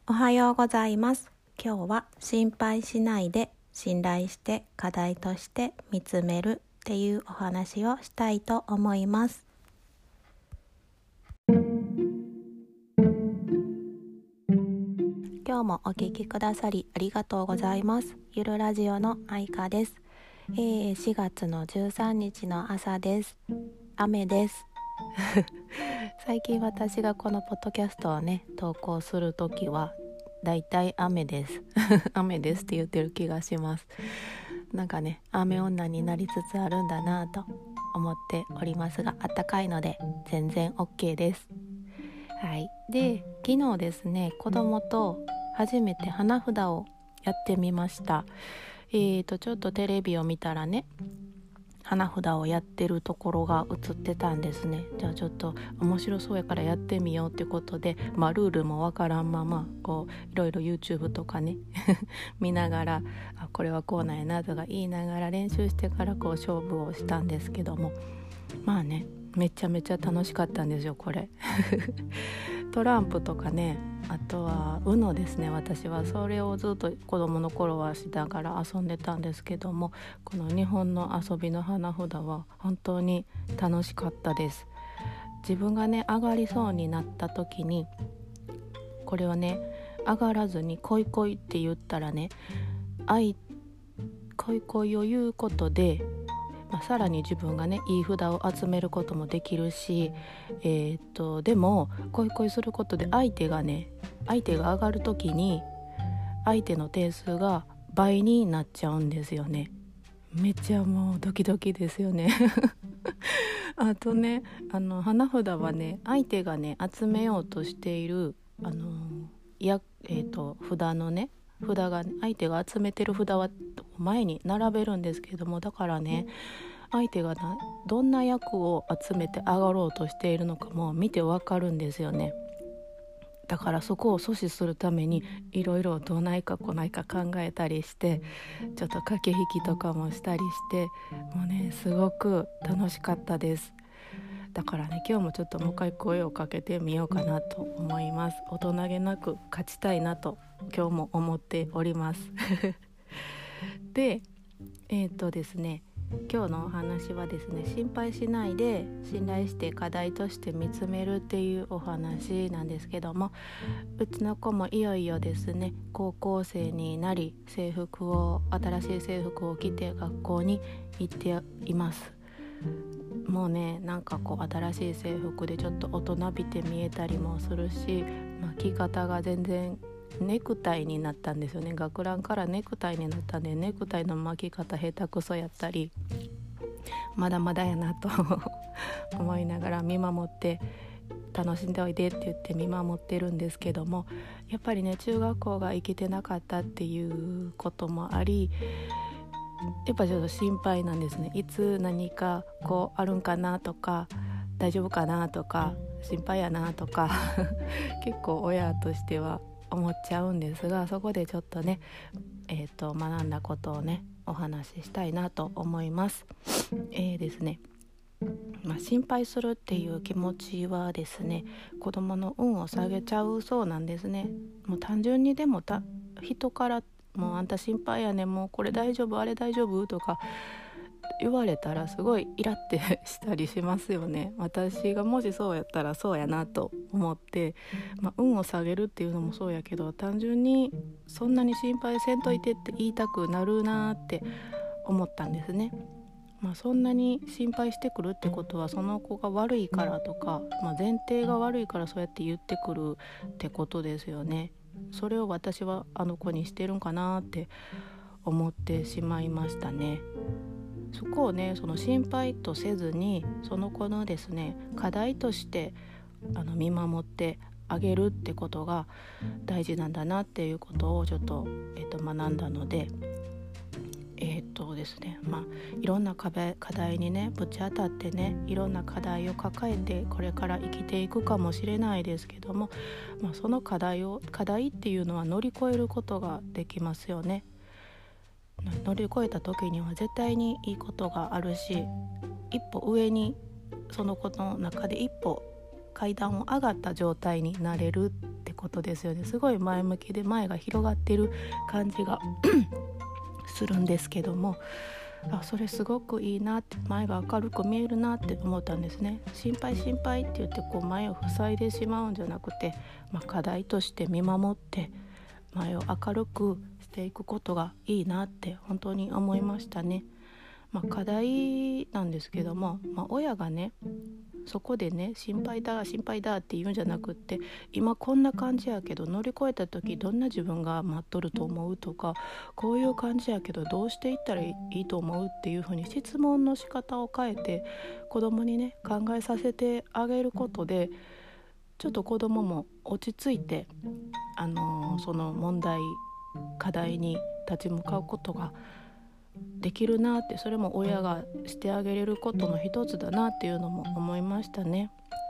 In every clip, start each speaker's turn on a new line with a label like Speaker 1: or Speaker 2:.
Speaker 1: おはようございます。今日は心配しないで信頼して課題として見つめるっていうお話をしたいと思います。今日もお聞きくださりありがとうございます。ゆるラジオの愛花です。4月の13日の朝です。雨です最近私がこのポッドキャストをね投稿するときはだいたい雨です雨ですって言ってる気がします。なんかね、雨女になりつつあるんだなと思っておりますが、暖かいので全然 OK です。はい。で、昨日ですね、子供と初めて花札をやってみました。ちょっとテレビを見たらね、花札をやってるところが映ってたんですね。じゃあちょっと面白そうやからやってみようってことで、ルールもわからんままこういろいろ YouTube とかね見ながらこれはこうなんやなとか言いながら練習してからこう勝負をしたんですけども、めちゃめちゃ楽しかったんですよこれトランプとかね、あとはUNOですね。私はそれをずっと子供の頃はしながら遊んでたんですけども、この日本の遊びの花札は本当に楽しかったです。自分がね上がりそうになった時に、これはね上がらずに恋恋って言ったらね、恋恋を言うことでさらに自分がねいい札を集めることもできるし、でも恋恋することで相手が上がるときに相手の点数が倍になっちゃうんですよね。めっちゃもうドキドキですよねあとね、花札はね相手がね集めようとしている札のね札が、ね、相手が集めてる札は前に並べるんですけども、だからね相手がどんな役を集めて上がろうとしているのかも見てわかるんですよね。だからそこを阻止するためにいろいろどないかこないか考えたりして、ちょっと駆け引きとかもしたりして、もうねすごく楽しかったです。だからね今日もちょっともう一回声をかけてみようかなと思います。大人げなく勝ちたいなと今日も思っておりますでですね、今日のお話はですね、心配しないで信頼して課題として見つめるっていうお話なんですけども、うちの子もいよいよですね高校生になり、新しい制服を着て学校に行っています。もうねなんかこう新しい制服でちょっと大人びて見えたりもするし、着方が全然ネクタイになったんですよね。学ランからネクタイになったんで、ネクタイの巻き方下手くそやったり、まだまだやなと思いながら見守って、楽しんでおいでって言って見守ってるんですけども、やっぱりね中学校が行けてなかったっていうこともあり、やっぱちょっと心配なんですね。いつ何かこうあるんかなとか、大丈夫かなとか、心配やなとか結構親としては思っちゃうんですが、そこでちょっとね、学んだことをねお話ししたいなと思います。ですね、心配するっていう気持ちはですね、子供の運を下げちゃうそうなんですね。もう単純にでも人からもうあんた心配やねん、もうこれ大丈夫あれ大丈夫とか言われたらすごいイラってしたりしますよね。私がもしそうやったらそうやなと思って、運を下げるっていうのもそうやけど、単純にそんなに心配せんといてって言いたくなるなって思ったんですね。そんなに心配してくるってことはその子が悪いからとか、前提が悪いからそうやって言ってくるってことですよね。それを私はあの子にしてるんかなって思ってしまいましたね。そこをねその心配とせずに、その子のですね課題として見守ってあげるってことが大事なんだなっていうことをちょっと、学んだので、ですね、いろんな課題にねぶち当たってね、いろんな課題を抱えてこれから生きていくかもしれないですけども、その課題っていうのは乗り越えることができますよね。乗り越えた時には絶対にいいことがあるし、一歩上にそのことの中で一歩階段を上がった状態になれるってことですよね。すごい前向きで前が広がってる感じがするんですけども、それすごくいいなって、前が明るく見えるなって思ったんですね。心配心配って言って前を塞いでしまうんじゃなくて、課題として見守って前を明るくしていくことがいいなって本当に思いましたね。課題なんですけども、親がねそこでね心配だ心配だって言うんじゃなくって、今こんな感じやけど乗り越えた時どんな自分が待っとると思うとか、こういう感じやけどどうしていったらいいと思うっていうふうに質問の仕方を変えて子供にね考えさせてあげることで、ちょっと子供も落ち着いてその問題課題に立ち向かうことができるなって、それも親がしてあげれることの一つだなっていうのも思いましたね。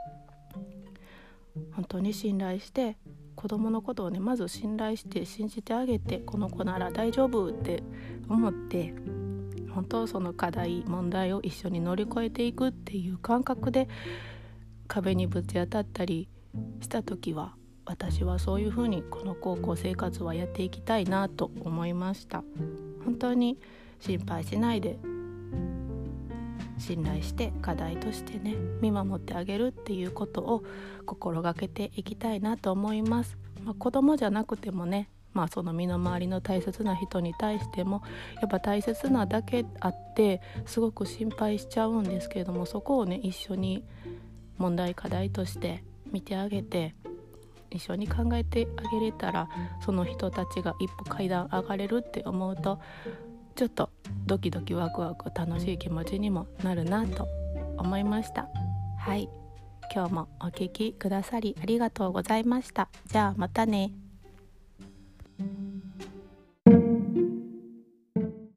Speaker 1: 本当に信頼して子供のことをねまず信頼して信じてあげて、この子なら大丈夫って思って本当その課題問題を一緒に乗り越えていくっていう感覚で壁にぶち当たったりした時は、私はそういうふうにこの高校生活はやっていきたいなと思いました。本当に心配しないで信頼して課題としてね見守ってあげるっていうことを心がけていきたいなと思います。子供じゃなくてもね、その身の回りの大切な人に対してもやっぱ大切なだけあってすごく心配しちゃうんですけれども、そこをね一緒に問題課題として見てあげて一緒に考えてあげれたら、その人たちが一歩階段上がれるって思うとちょっとドキドキワクワク楽しい気持ちにもなるなと思いました。はい、今日もお聞きくださりありがとうございました。じゃあまたね。